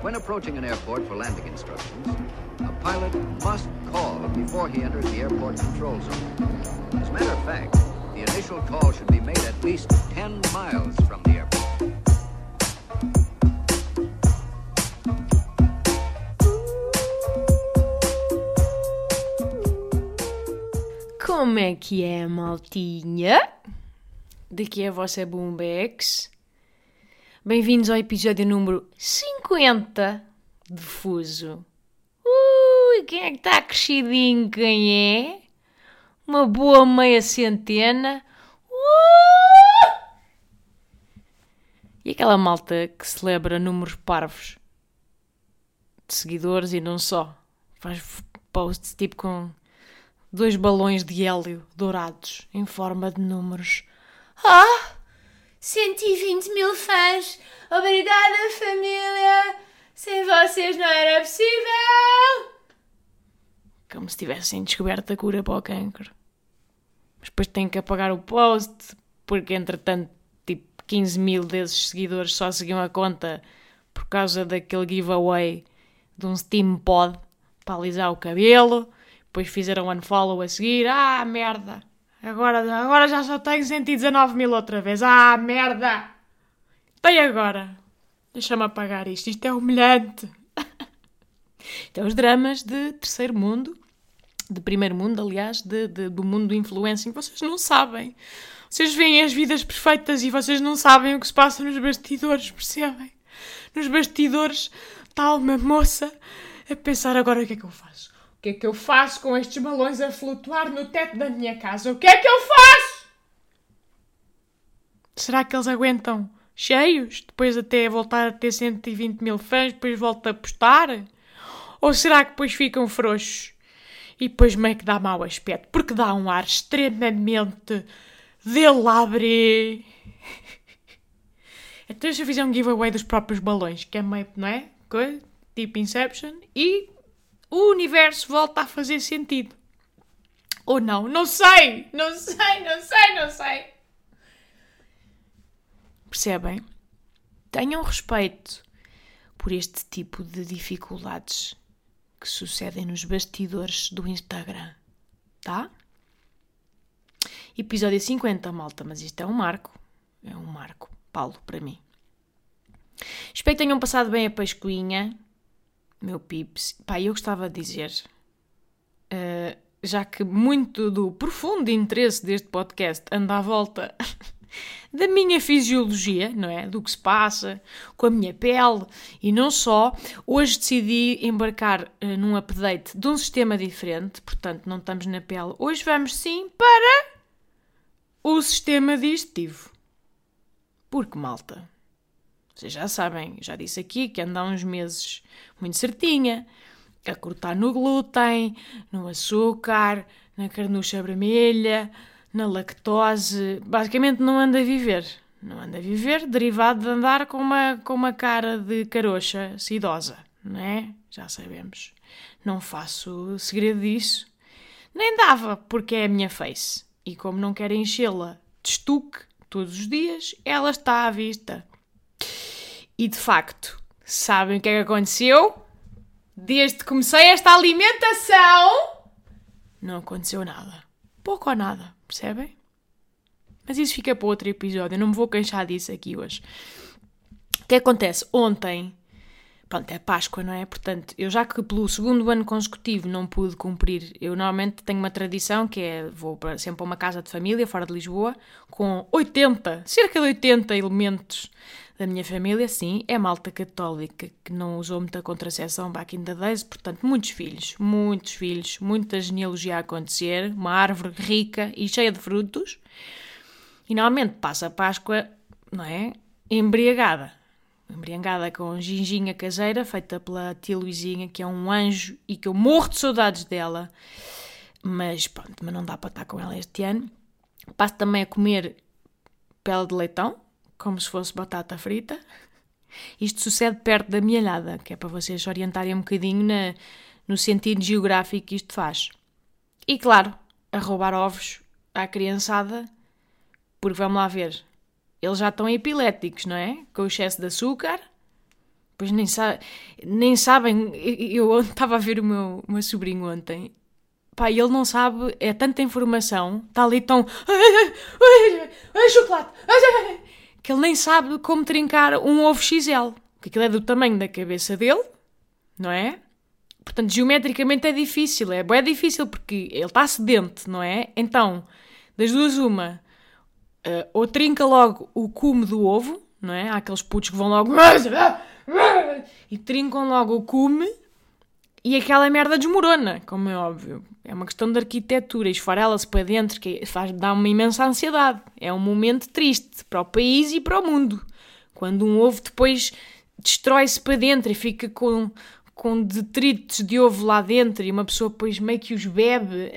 When approaching an airport for landing instructions, a pilot must call before he enters the airport control zone. As a matter of fact, the initial call should be made at least 10 miles from the airport. Como é que é, maltinha? Daqui é a vossa Boombex. Bem-vindos ao episódio número 50 de Fuso. Quem é que está crescidinho? Quem é? Uma boa meia centena. E aquela malta que celebra números parvos de seguidores e não só. Faz posts tipo com 2 balões de hélio dourados em forma de números. 120 mil fãs! Obrigada, família! Sem vocês não era possível! Como se tivessem descoberto a cura para o cancro. Mas depois têm que apagar o post, porque entretanto, tipo, 15 mil desses seguidores só seguiam a conta por causa daquele giveaway de um Steam Pod para alisar o cabelo. Depois fizeram unfollow a seguir. Merda! Agora já só tenho 119 mil outra vez. Merda! E agora? Deixa-me apagar isto. Isto é humilhante. Isto é os dramas de terceiro mundo. De primeiro mundo, aliás. Do mundo do influencing. Vocês não sabem. Vocês veem as vidas perfeitas e vocês não sabem o que se passa nos bastidores. Percebem? Nos bastidores está uma moça a pensar agora o que é que eu faço. O que é que eu faço com estes balões a flutuar no teto da minha casa? O que é que eu faço? Será que eles aguentam cheios? Depois até voltar a ter 120 mil fãs, depois volta a postar? Ou será que depois ficam frouxos? E depois meio que dá mau aspecto? Porque dá um ar extremamente delabre. Então se eu fizer um giveaway dos próprios balões, que é meio, não é? Tipo Inception, e o universo volta a fazer sentido. Ou não? Não sei! Percebem? Tenham respeito por este tipo de dificuldades que sucedem nos bastidores do Instagram. Tá? Episódio 50, malta, mas isto é um marco. É um marco, Paulo, para mim. Espero que tenham passado bem a Pascoinha. Meu pips, eu gostava de dizer, já que muito do profundo interesse deste podcast anda à volta da minha fisiologia, não é? Do que se passa com a minha pele e não só, hoje decidi embarcar num update de um sistema diferente, portanto não estamos na pele. Hoje vamos sim para o sistema digestivo. Porque, malta, vocês já sabem, já disse aqui que ando há uns meses muito certinha, a cortar no glúten, no açúcar, na carnucha vermelha, na lactose. Basicamente não ando a viver. Não ando a viver, derivado de andar com uma cara de carocha idosa, não é? Já sabemos. Não faço segredo disso. Nem dava, porque é a minha face. E como não quero enchê-la de estuque todos os dias, ela está à vista. E de facto, sabem o que é que aconteceu? Desde que comecei esta alimentação, não aconteceu nada. Pouco ou nada, percebem? Mas isso fica para outro episódio, eu não me vou queixar disso aqui hoje. O que acontece? Ontem, pronto, é Páscoa, não é? Portanto, eu já que pelo segundo ano consecutivo não pude cumprir, eu normalmente tenho uma tradição que é, vou sempre a uma casa de família fora de Lisboa, com cerca de 80 elementos da minha família, sim, é malta católica que não usou muita contracepção back in the days, portanto, muitos filhos, muita genealogia a acontecer, uma árvore rica e cheia de frutos, e normalmente passa a Páscoa, não é? Embriagada com ginginha caseira, feita pela tia Luizinha, que é um anjo e que eu morro de saudades dela, mas pronto, mas não dá para estar com ela este ano. Passo também a comer pele de leitão, como se fosse batata frita. Isto sucede perto da mielhada, que é para vocês orientarem um bocadinho no sentido geográfico que isto faz. E claro, a roubar ovos à criançada, porque vamos lá ver, eles já estão epiléticos, não é? Com o excesso de açúcar, Pois nem sabem. Eu estava a ver o meu sobrinho ontem. Pá, ele não sabe, é tanta informação, está ali tão... chocolate! Que ele nem sabe como trincar um ovo XL. Porque aquilo é do tamanho da cabeça dele, não é? Portanto, geometricamente é difícil. É bem difícil porque ele está sedente, não é? Então, das duas uma, ou trinca logo o cume do ovo, não é? Há aqueles putos que vão logo... E trincam logo o cume e aquela merda desmorona, como é óbvio. É uma questão de arquitetura, esfarela-se para dentro, que dá uma imensa ansiedade. É um momento triste para o país e para o mundo. Quando um ovo depois destrói-se para dentro e fica com detritos de ovo lá dentro e uma pessoa depois meio que os bebe.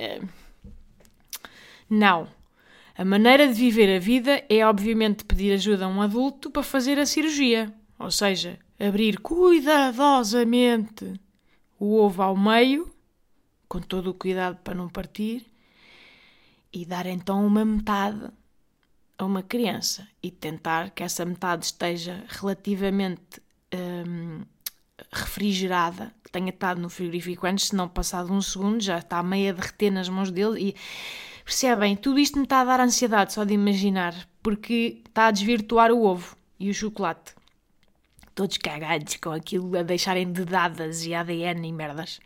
Não. A maneira de viver a vida é obviamente pedir ajuda a um adulto para fazer a cirurgia. Ou seja, abrir cuidadosamente o ovo ao meio, com todo o cuidado para não partir, e dar então uma metade a uma criança e tentar que essa metade esteja relativamente refrigerada, que tenha estado no frigorífico antes, se não passado um segundo, já está meio a derreter nas mãos dele e percebem, tudo isto me está a dar ansiedade só de imaginar, porque está a desvirtuar o ovo e o chocolate. Todos cagados com aquilo a deixarem dedadas e ADN e merdas.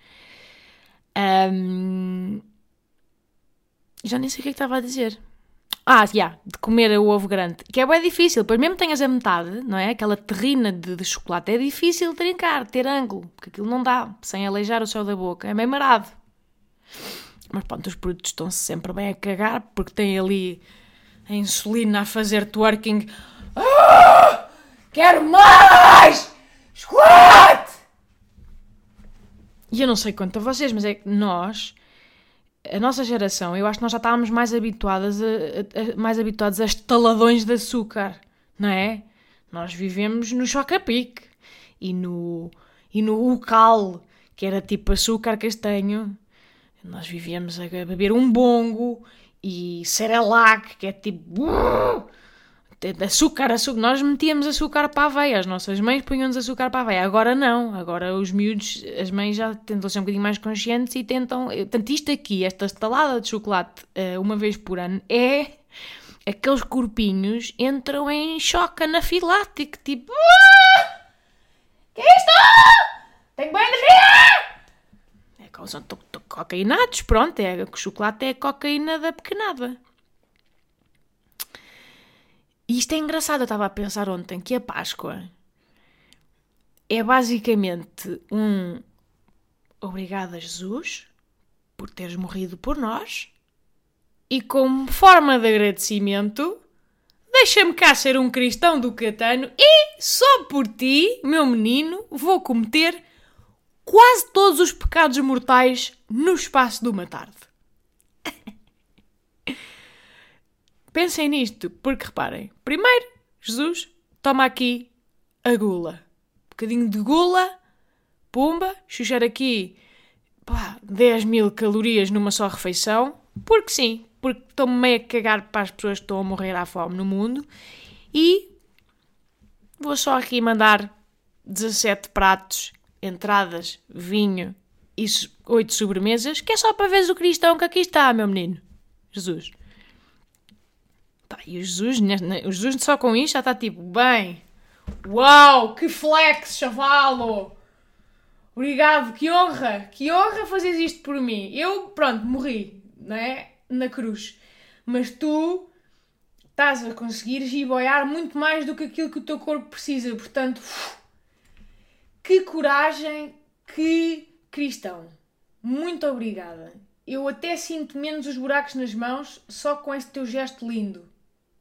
Já nem sei o que é que estava a dizer. De comer o ovo grande. Que é bem difícil, pois mesmo tenhas a metade, não é? Aquela terrina de chocolate, é difícil trincar, ter ângulo, porque aquilo não dá, sem aleijar o céu da boca, é meio marado. Mas pronto, os produtos estão-se sempre bem a cagar, porque tem ali a insulina a fazer twerking. Quero mais chocolate! E eu não sei quanto a vocês, mas é que nós, a nossa geração, eu acho que nós já estávamos mais habituados a estaladões de açúcar, não é? Nós vivemos no Choca-Pique e no Ucal, que era tipo açúcar castanho. Nós vivíamos a beber um bongo e Cerelac, que é tipo... Açúcar. Nós metíamos açúcar para a aveia. As nossas mães punham-nos açúcar para a aveia. Agora não. Agora os miúdos, as mães já tentam ser um bocadinho mais conscientes e tentam... Tanto isto aqui, esta estalada de chocolate uma vez por ano, é... Aqueles corpinhos entram em choque anafilático. Tipo... Que é isto? Tenho bem energia! São cocaínados. Pronto, o chocolate é a cocaína da pequenada. E isto é engraçado, eu estava a pensar ontem que a Páscoa é basicamente um obrigado a Jesus por teres morrido por nós e como forma de agradecimento deixa-me cá ser um cristão do Catano e só por ti, meu menino, vou cometer quase todos os pecados mortais no espaço de uma tarde. Pensem nisto, porque reparem, primeiro, Jesus, toma aqui a gula. Um bocadinho de gula, pumba, chuchar aqui 10.000 calorias numa só refeição, porque sim, porque estou-me meio a cagar para as pessoas que estão a morrer à fome no mundo, e vou só aqui mandar 17 pratos, entradas, vinho e 8 sobremesas, que é só para veres o cristão que aqui está, meu menino, Jesus. E o Jesus só com isto já está tipo, bem, uau, que flex, chavalo, obrigado, que honra fazeres isto por mim. Eu, pronto, morri, não é, na cruz, mas tu estás a conseguir giboiar muito mais do que aquilo que o teu corpo precisa, portanto, que coragem, que cristão, muito obrigada. Eu até sinto menos os buracos nas mãos só com este teu gesto lindo.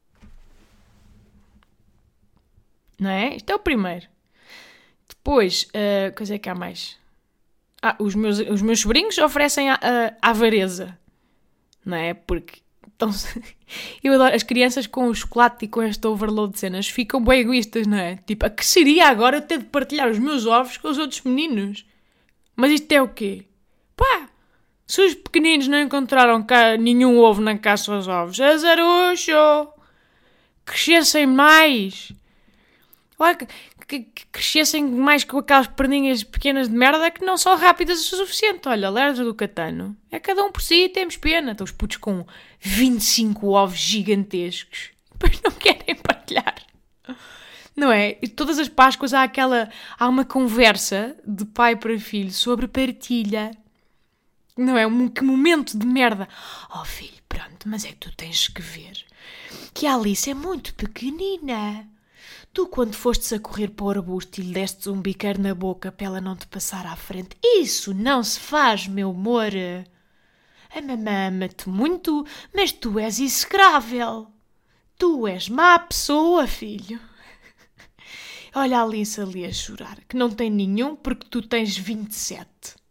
Não é? Isto é o primeiro. Depois, coisa é que há mais? Os meus sobrinhos oferecem a avareza. Não é? Porque eu adoro as crianças com o chocolate e com este overload de cenas. Ficam bem egoístas, não é? Tipo, a que seria agora eu ter de partilhar os meus ovos com os outros meninos? Mas isto é o quê? Se os pequeninos não encontraram nenhum ovo na caça aos ovos, azarucho! Crescessem mais! Olha, que crescessem mais com aquelas perninhas pequenas de merda que não são rápidas o suficiente. Olha, lerdas do Catano. É cada um por si e temos pena. Estão os putos com 25 ovos gigantescos. Depois não querem partilhar. Não é? E todas as Páscoas há uma conversa de pai para filho sobre partilha. Não é? Que momento de merda. Oh filho, pronto, mas é que tu tens que ver que a Alice é muito pequenina. Tu, quando fostes a correr para o arbusto e lhe destes um biqueiro na boca para ela não te passar à frente, isso não se faz, meu amor. A mamãe ama-te muito, mas tu és execrável. Tu és má pessoa, filho. Olha a Alice ali a chorar, que não tem nenhum porque tu tens 27.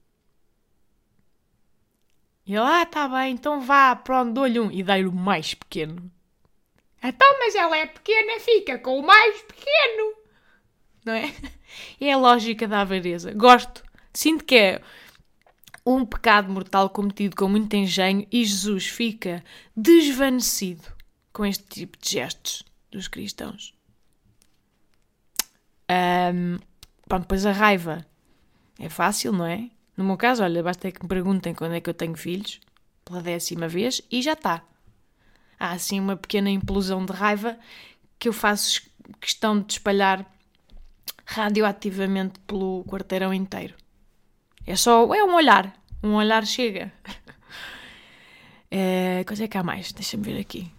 E ele, tá bem, então vá, pronto, dou-lhe um. E dá-lhe o mais pequeno. Então, mas ela é pequena, fica com o mais pequeno. Não é? É a lógica da avareza. Gosto. Sinto que é um pecado mortal cometido com muito engenho e Jesus fica desvanecido com este tipo de gestos dos cristãos. Pronto, depois a raiva. É fácil, não é? No meu caso, olha, basta que me perguntem quando é que eu tenho filhos, pela 10ª vez, e já está. Há assim uma pequena implosão de raiva que eu faço questão de espalhar radioativamente pelo quarteirão inteiro. É um olhar. Um olhar chega. Coisa é que há mais? Deixa-me ver aqui.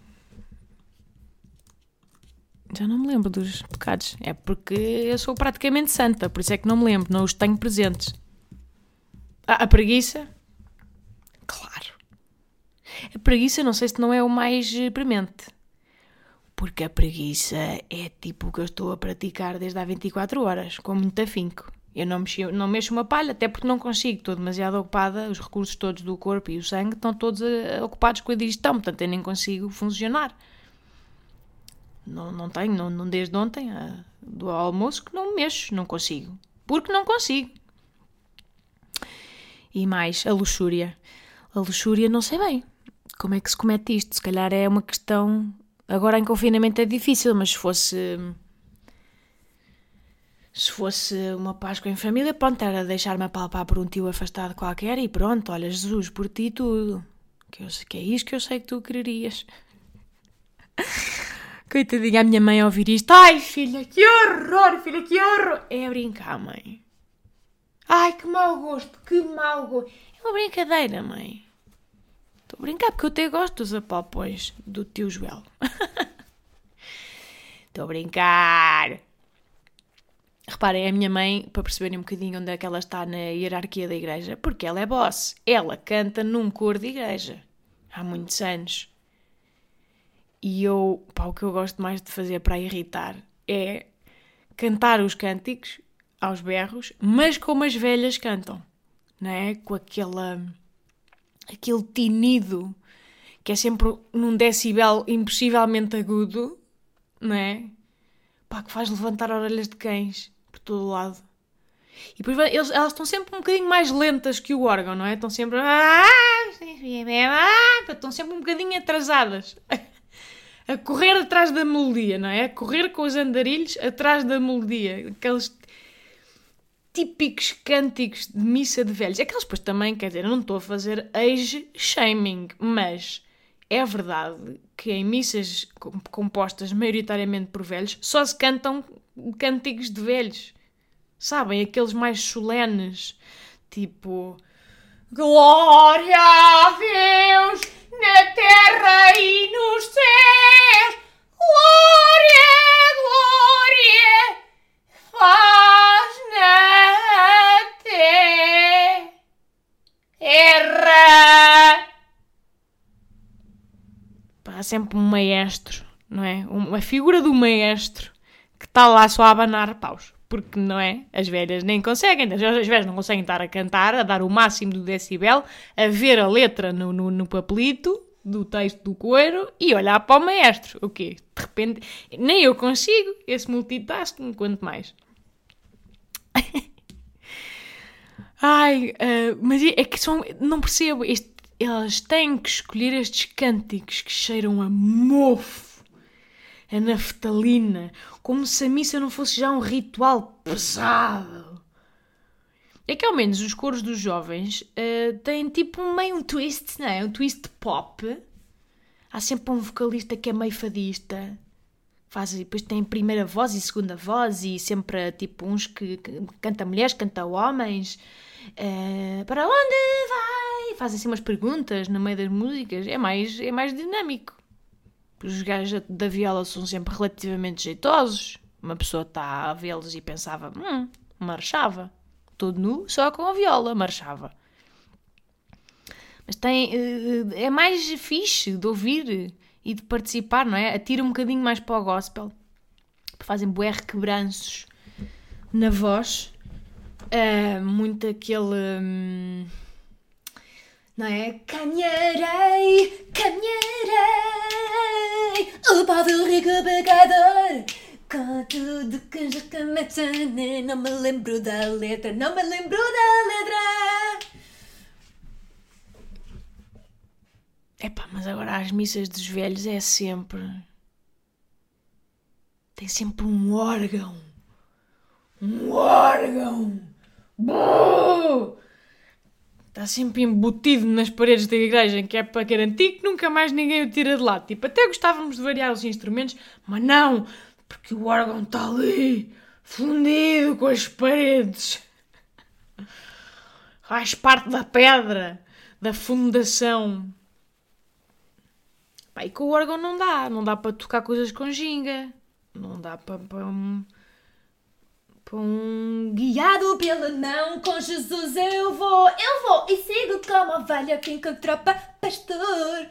Já não me lembro dos pecados. É porque eu sou praticamente santa, por isso é que não me lembro, não os tenho presentes. A preguiça? Claro. A preguiça não sei se não é o mais premente. Porque a preguiça é tipo o que eu estou a praticar desde há 24 horas, com muito afinco. Eu não mexo uma palha, até porque não consigo, estou demasiado ocupada, os recursos todos do corpo e o sangue estão todos ocupados com a digestão, portanto eu nem consigo funcionar. Não tenho, não desde ontem, do almoço, que não mexo, não consigo. Porque não consigo. E mais, a luxúria. A luxúria não sei bem. Como é que se comete isto? Se calhar é uma questão... Agora em confinamento é difícil, mas se fosse uma Páscoa em família, pronto, era deixar-me apalpar por um tio afastado qualquer e pronto, olha, Jesus, por ti tudo. Que é isto que eu sei que tu quererias. Coitadinha, a minha mãe a ouvir isto. Ai, filha, que horror, filha, que horror. É a brincar, mãe. Ai, que mau gosto, que mau gosto. É uma brincadeira, mãe. Estou a brincar porque eu até gosto dos apalpões do tio Joel. Estou a brincar. Reparem, a minha mãe, para perceberem um bocadinho onde é que ela está na hierarquia da igreja, porque ela é boss. Ela canta num coro de igreja. Há muitos anos. E o que eu gosto mais de fazer para irritar é cantar os cânticos aos berros, mas como as velhas cantam, não é? Com aquele tinido que é sempre num decibel impossivelmente agudo, não é? Que faz levantar orelhas de cães por todo o lado. E depois elas estão sempre um bocadinho mais lentas que o órgão, não é? Estão sempre... Estão sempre um bocadinho atrasadas. A correr atrás da melodia, não é? A correr com os andarilhos atrás da melodia. Aqueles típicos cânticos de missa de velhos. Aqueles, pois também, quer dizer, eu não estou a fazer age-shaming, mas é verdade que em missas compostas maioritariamente por velhos só se cantam cânticos de velhos. Sabem? Aqueles mais solenes, tipo... Glória a Deus na terra e nos céus. Glória, glória, faz na terra. Há sempre um maestro, não é? Uma figura do maestro que está lá só a abanar paus. Porque, não é? As velhas nem conseguem. As velhas não conseguem estar a cantar, a dar o máximo do decibel, a ver a letra no papelito do texto do coiro e olhar para o maestro. O quê? De repente, nem eu consigo esse multitasking, quanto mais. Mas é que não percebo. Elas têm que escolher estes cânticos que cheiram a mofo. a naftalina, como se a missa não fosse já um ritual pesado. É que ao menos os coros dos jovens têm tipo meio um twist, não é? Um twist pop. Há sempre um vocalista que é meio fadista. Depois tem primeira voz e segunda voz e sempre tipo uns que canta mulheres, canta homens. Para onde vai? Fazem assim umas perguntas no meio das músicas. É mais dinâmico. Os gajos da viola são sempre relativamente jeitosos. Uma pessoa está a vê-los e pensava, marchava. Todo nu, só com a viola, marchava. Mas é mais fixe de ouvir e de participar, não é? Atira um bocadinho mais para o gospel. Fazem bué requebranços na voz. Muito aquele... não é? Caminharei, o pau do rico pecador, com tudo que já começa, não me lembro da letra. Epá, mas agora as missas dos velhos é sempre... tem sempre um órgão. Está sempre embutido nas paredes da igreja, que é para garantir que nunca mais ninguém o tira de lá. Tipo, até gostávamos de variar os instrumentos, mas não, porque o órgão está ali, fundido com as paredes. Faz parte da pedra, da fundação. Pá, e com o órgão não dá para tocar coisas com ginga. Não dá para um guiado pela mão, com Jesus eu vou e sigo como ovelha que encontrou pastor.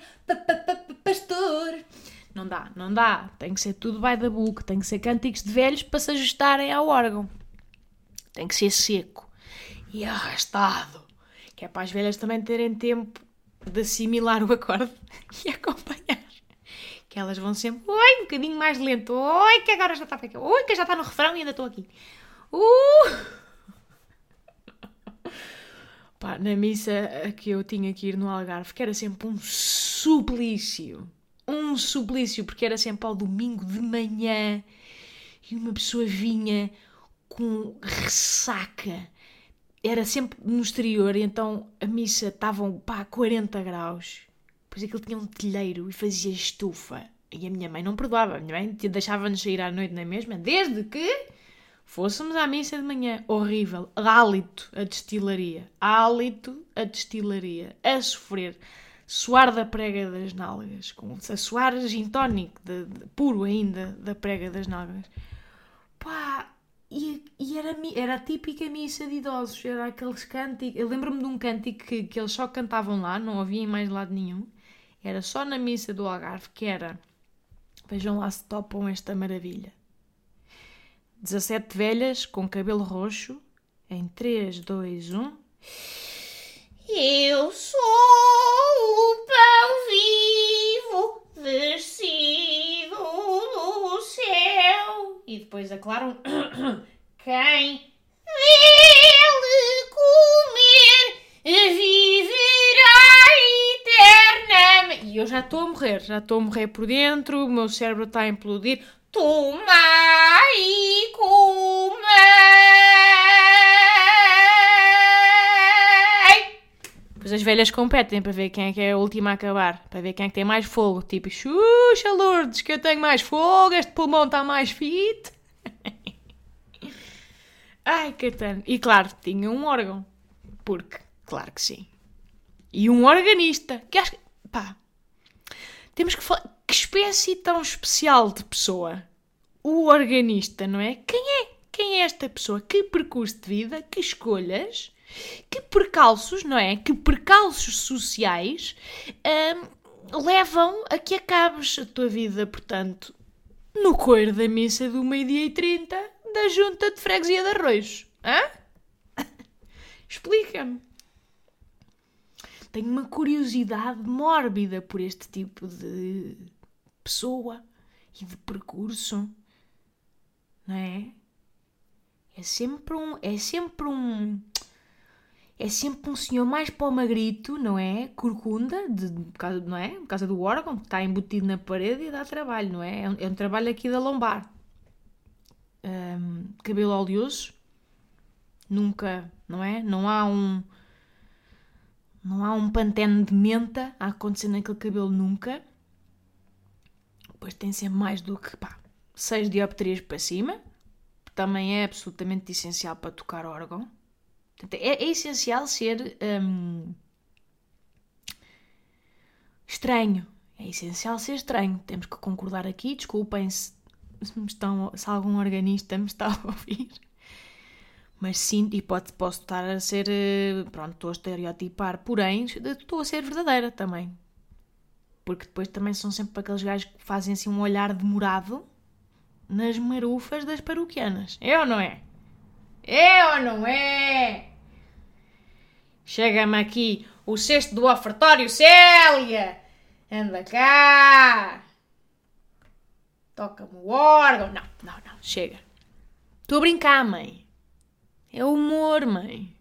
Não dá. Tem que ser tudo by the book, tem que ser cânticos de velhos para se ajustarem ao órgão. Tem que ser seco e arrastado, que é para as velhas também terem tempo de assimilar o acorde e acompanhar. Que elas vão sempre, um bocadinho mais lento, que agora já está para aqui, que já está no refrão e ainda estou aqui. Pá, na missa que eu tinha que ir no Algarve, que era sempre um suplício, porque era sempre ao domingo de manhã e uma pessoa vinha com ressaca. Era sempre no exterior, e então a missa estava a 40 graus. Depois aquilo tinha um telheiro e fazia estufa. E a minha mãe não perdoava. A minha mãe deixava-nos sair à noite na mesma, desde que fôssemos à missa de manhã. Horrível. Hálito a destilaria. A sofrer. Suar da prega das nalgas. A suar gin tónico, puro ainda, da prega das nalgas. Pá... E era a típica missa de idosos. Era aqueles cânticos... Eu lembro-me de um cântico que eles só cantavam lá, não havia em mais lado nenhum. Era só na missa do Algarve, que era... Vejam lá se topam esta maravilha. 17 velhas com cabelo roxo. Em 3, 2, 1... Eu sou o pão vivo descido do céu. E depois declaram... Quem dele comer viverá eternamente. E eu já estou a morrer por dentro, o meu cérebro está a implodir. Tomai e comei. Depois as velhas competem para ver quem é que é a última a acabar, para ver quem é que tem mais fogo. Tipo, Xuxa Lourdes, que eu tenho mais fogo, este pulmão está mais fit. Ai, Catano. E claro, tinha um órgão. Porque, claro que sim. E um organista. Que acho que... Pá. Temos que falar... Que espécie tão especial de pessoa? O organista, não é? Quem é esta pessoa? Que percurso de vida? Que escolhas? Que percalços, não é? Que percalços sociais levam a que acabes a tua vida, portanto, no coiro da missa do 12h30 da Junta de Freguesia de Arroios. Hã? Explica-me. Tenho uma curiosidade mórbida por este tipo de pessoa e de percurso. Não é? É sempre um é sempre um senhor mais para o magrito, não é? Corcunda, não é? Por causa do órgão, que está embutido na parede e dá trabalho, não é? É um trabalho aqui da lombar. Cabelo oleoso, nunca, não é? Não há um pantene de menta a acontecer naquele cabelo nunca. Depois tem sempre mais do que 6 dioptrias para cima. Também é absolutamente essencial para tocar órgão. Portanto, é essencial ser estranho. É essencial ser estranho. Temos que concordar aqui. Desculpem se algum organista me está a ouvir. Mas sim, e posso estar a ser... Pronto, estou a estereotipar. Porém, estou a ser verdadeira também. Porque depois também são sempre aqueles gajos que fazem assim um olhar demorado nas marufas das paroquianas. É ou não é? É ou não é? Chega-me aqui o cesto do ofertório, Célia! Anda cá! Toca-me o órgão. Não, chega. Estou a brincar, mãe. É humor, mãe.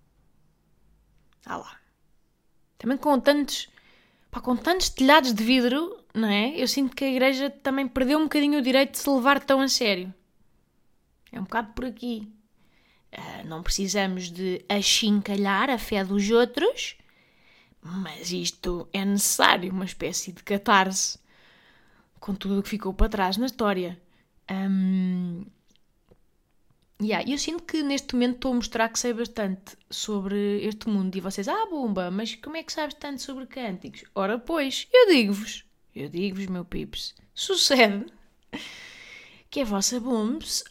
Lá. Também com tantos telhados de vidro, não é? Eu sinto que a igreja também perdeu um bocadinho o direito de se levar tão a sério. É um bocado por aqui. Não precisamos de achincalhar a fé dos outros, mas isto é necessário, uma espécie de catarse com tudo o que ficou para trás na história. Eu sinto que neste momento estou a mostrar que sei bastante sobre este mundo e vocês, bomba, mas como é que sabes tanto sobre cânticos? Ora pois, eu digo-vos, meu pips, sucede que a vossa Bombs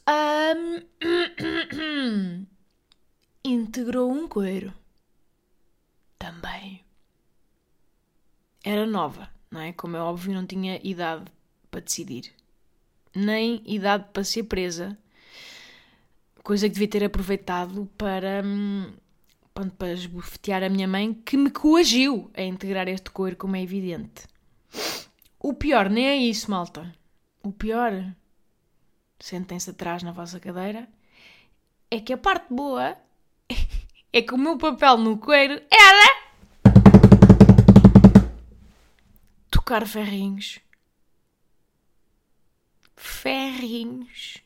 integrou um coiro. Também. Era nova, não é? Como é óbvio, não tinha idade para decidir. Nem idade para ser presa. Coisa que devia ter aproveitado para esbofetear a minha mãe, que me coagiu a integrar este coiro, como é evidente. O pior nem é isso, malta. O pior... Sentem-se atrás na vossa cadeira, é que a parte boa é que o meu papel no coiro era tocar ferrinhos. Ferrinhos.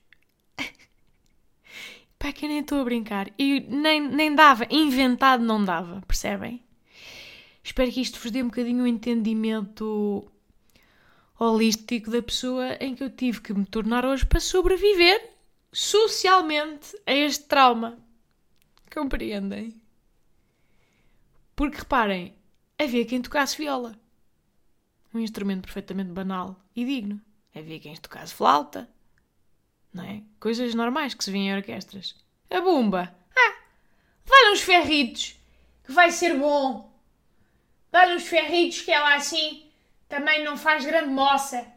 Pá, que eu nem estou a brincar. E nem dava, inventado não dava, percebem? Espero que isto vos dê um bocadinho o entendimento holístico da pessoa em que eu tive que me tornar hoje para sobreviver socialmente a este trauma. Compreendem? Porque reparem, havia quem tocasse viola. Um instrumento perfeitamente banal e digno. Havia quem tocasse flauta. Não é? Coisas normais que se vêem em orquestras. A bomba. Dá-lhe uns ferritos, que vai ser bom. Dá-lhe uns ferritos que ela assim também não faz grande moça.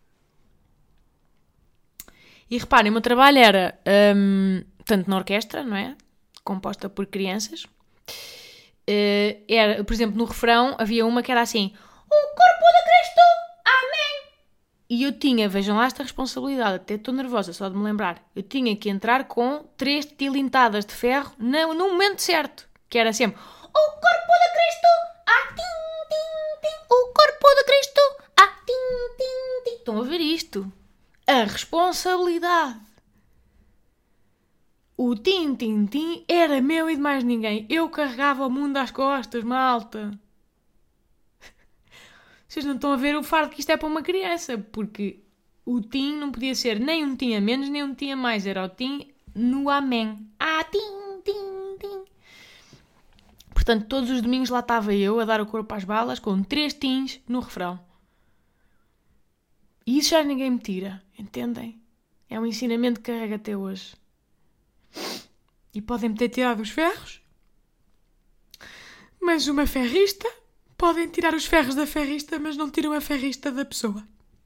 E reparem, o meu trabalho era, tanto na orquestra, não é? Composta por crianças. Era, por exemplo, no refrão havia uma que era assim: o corpo de Cristo, amém. E eu tinha, vejam lá esta responsabilidade, até estou nervosa só de me lembrar. Eu tinha que entrar com 3 tilintadas de ferro no momento certo. Que era sempre: o corpo de Cristo, tim, tim, tim. O corpo de Cristo, tim, tim, tim. Estão a ver isto? A responsabilidade. O tim-tim-tim era meu e de mais ninguém. Eu carregava o mundo às costas, malta. Vocês não estão a ver o fardo que isto é para uma criança, porque o tim não podia ser nem um tim a menos, nem um tim a mais. Era o tim no amém. Tim, tim, tim. Portanto, todos os domingos lá estava eu a dar o corpo às balas com 3 tins no refrão. E isso já ninguém me tira, entendem? É um ensinamento que carrego até hoje. E podem-me ter tirado os ferros, mas uma ferrista... Podem tirar os ferros da ferrista, mas não tiram a ferrista da pessoa.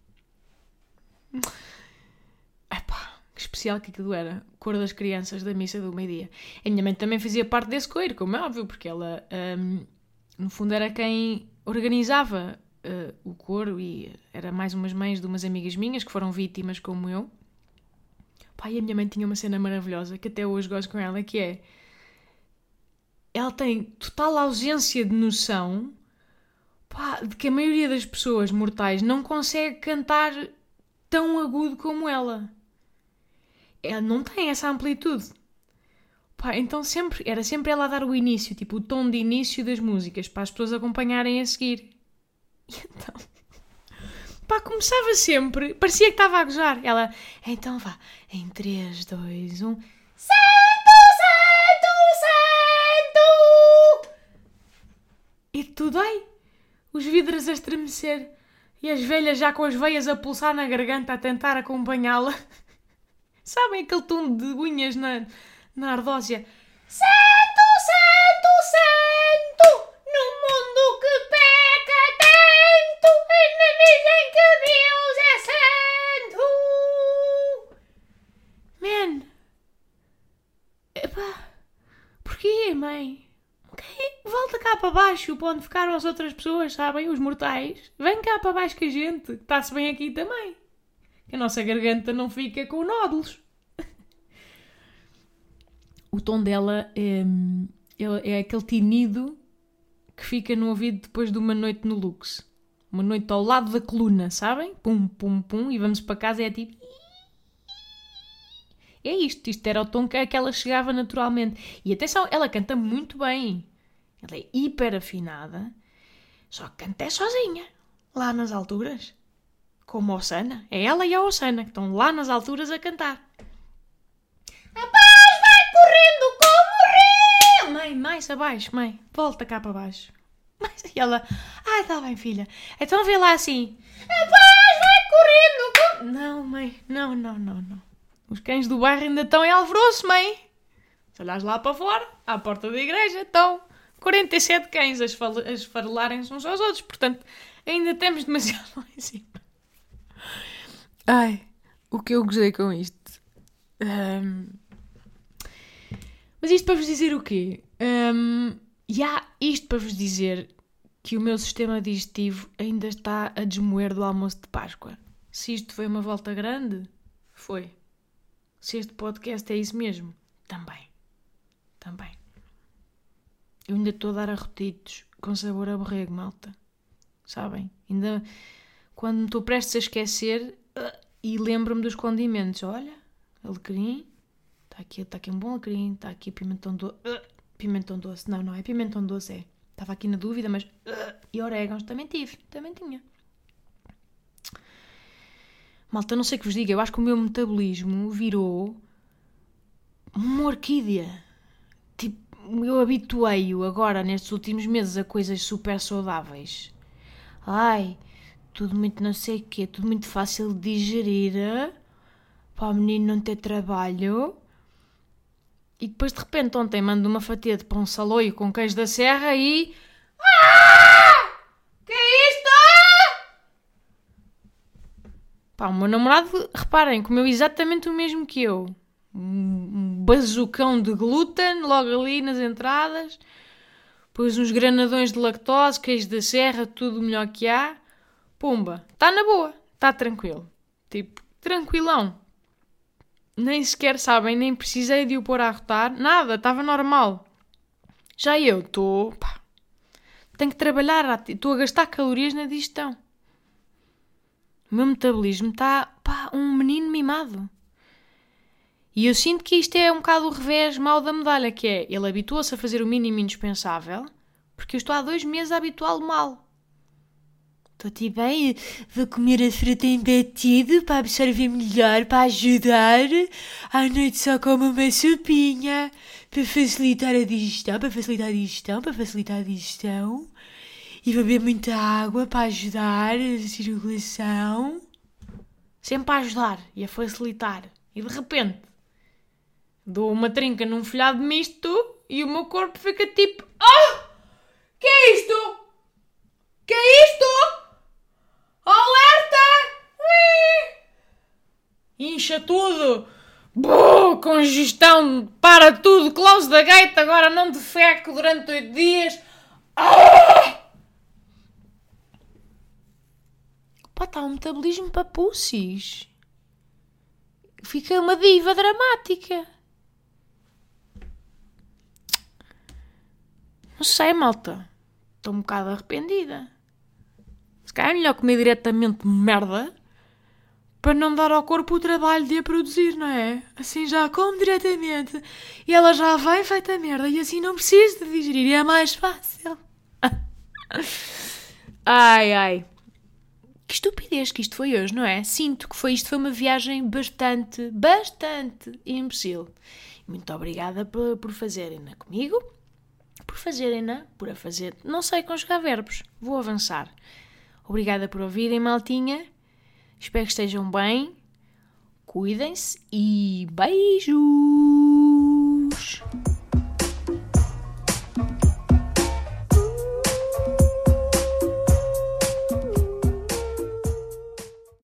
Epá, que especial que aquilo era. Cor das crianças da missa do meio-dia. A minha mãe também fazia parte desse coiro, como é óbvio, porque ela, no fundo, era quem organizava o coro e era mais umas mães de umas amigas minhas que foram vítimas como eu. Pá, e a minha mãe tinha uma cena maravilhosa, que até hoje gosto com ela, que é... ela tem total ausência de noção, pá, de que a maioria das pessoas mortais não consegue cantar tão agudo como ela. Ela não tem essa amplitude. Pá, então era sempre ela a dar o início, tipo o tom de início das músicas, para as pessoas acompanharem a seguir. E então, pá, começava sempre, parecia que estava a gozar. Ela, então vá, em 3, 2, 1... Santo, Santo, Santo! E tudo aí, os vidros a estremecer e as velhas já com as veias a pulsar na garganta a tentar acompanhá-la. Sabem aquele tom de unhas na ardósia? Santo, Santo, Santo! No mundo que peca tanto, ainda dizem que Deus é santo! Man! Epá! Porquê, mãe? Ok, volta cá para baixo, para onde ficaram as outras pessoas, sabem? Os mortais. Vem cá para baixo que a gente está-se bem aqui também. Que a nossa garganta não fica com nódulos. O tom dela é aquele tinido que fica no ouvido depois de uma noite no Lux. Uma noite ao lado da coluna, sabem? Pum, pum, pum. E vamos para casa e é tipo... É isto. Isto era o tom que ela chegava naturalmente. E atenção, ela canta muito bem. Ela é hiper afinada. Só que canta sozinha. Lá nas alturas. Como a Osana. É ela e a Osana que estão lá nas alturas a cantar. A paz vai correndo como rio! Mãe, mais abaixo, mãe. Volta cá para baixo. E ela... Ah, está bem, filha. Então vê lá assim. A paz vai correndo como... Não, mãe. Não. Os cães do bairro ainda estão em alvoroço, mãe. Se olhares lá para fora, à porta da igreja, estão 47 cães a esfarelarem-se uns aos outros. Portanto, ainda temos demasiado lá em cima. Ai, o que eu gozei com isto. Mas isto para vos dizer o quê? Isto para vos dizer que o meu sistema digestivo ainda está a desmoer do almoço de Páscoa. Se isto foi uma volta grande, foi. Se este podcast é isso mesmo, também. Eu ainda estou a dar arrotitos com sabor a borrego, malta. Sabem? Ainda quando me estou prestes a esquecer e lembro-me dos condimentos. Olha, alecrim. Está aqui um bom alecrim. Está aqui pimentão doce. Pimentão doce. Não é pimentão doce, é. Estava aqui na dúvida, mas... E orégãos também tive. Também tinha. Malta, não sei o que vos diga. Eu acho que o meu metabolismo virou uma orquídea. Tipo, eu habituei-o agora, nestes últimos meses, a coisas super saudáveis. Ai, tudo muito não sei o quê. Tudo muito fácil de digerir. Para o menino não ter trabalho. E depois, de repente, ontem mando uma fatia de pão saloio com queijo da serra e... Que é isto? Pá, o meu namorado, reparem, comeu exatamente o mesmo que eu. Um bazucão de glúten, logo ali nas entradas. Depois uns granadões de lactose, queijo da serra, tudo o melhor que há. Pumba, está na boa, está tranquilo. Tipo, tranquilão. Nem sequer sabem, nem precisei de o pôr a arrotar. Nada, estava normal. Já eu estou... Tenho que trabalhar, estou a gastar calorias na digestão. O meu metabolismo está, um menino mimado. E eu sinto que isto é um bocado o revés mau da medalha, que é, ele habituou-se a fazer o mínimo indispensável, porque eu estou há 2 meses a habituá-lo mal. Estou bem, vou comer a fruta em batido para absorver melhor, para ajudar. À noite só como uma sopinha, para facilitar a digestão. E vou beber muita água para ajudar a circulação. Sempre a ajudar e a facilitar. E de repente, dou uma trinca num folhado misto e o meu corpo fica tipo... Que é isto? Que é isto? Alerta! Incha tudo. Congestão. Para tudo. Close da gate. Agora não defeco durante 8 dias. Está um metabolismo para pussies. Fica uma diva dramática. Não sei, malta. Estou um bocado arrependida. Se calhar é melhor comer diretamente merda para não dar ao corpo o trabalho de a produzir, não é? Assim já como diretamente e ela já vai feita merda e assim não preciso de digerir e é mais fácil. Ai. Que estupidez que isto foi hoje, não é? Sinto que isto foi uma viagem bastante imbecil. Muito obrigada por fazerem-na comigo. Por a fazer, não sei conjugar verbos. Vou avançar. Obrigada por ouvirem, maltinha. Espero que estejam bem. Cuidem-se e beijo!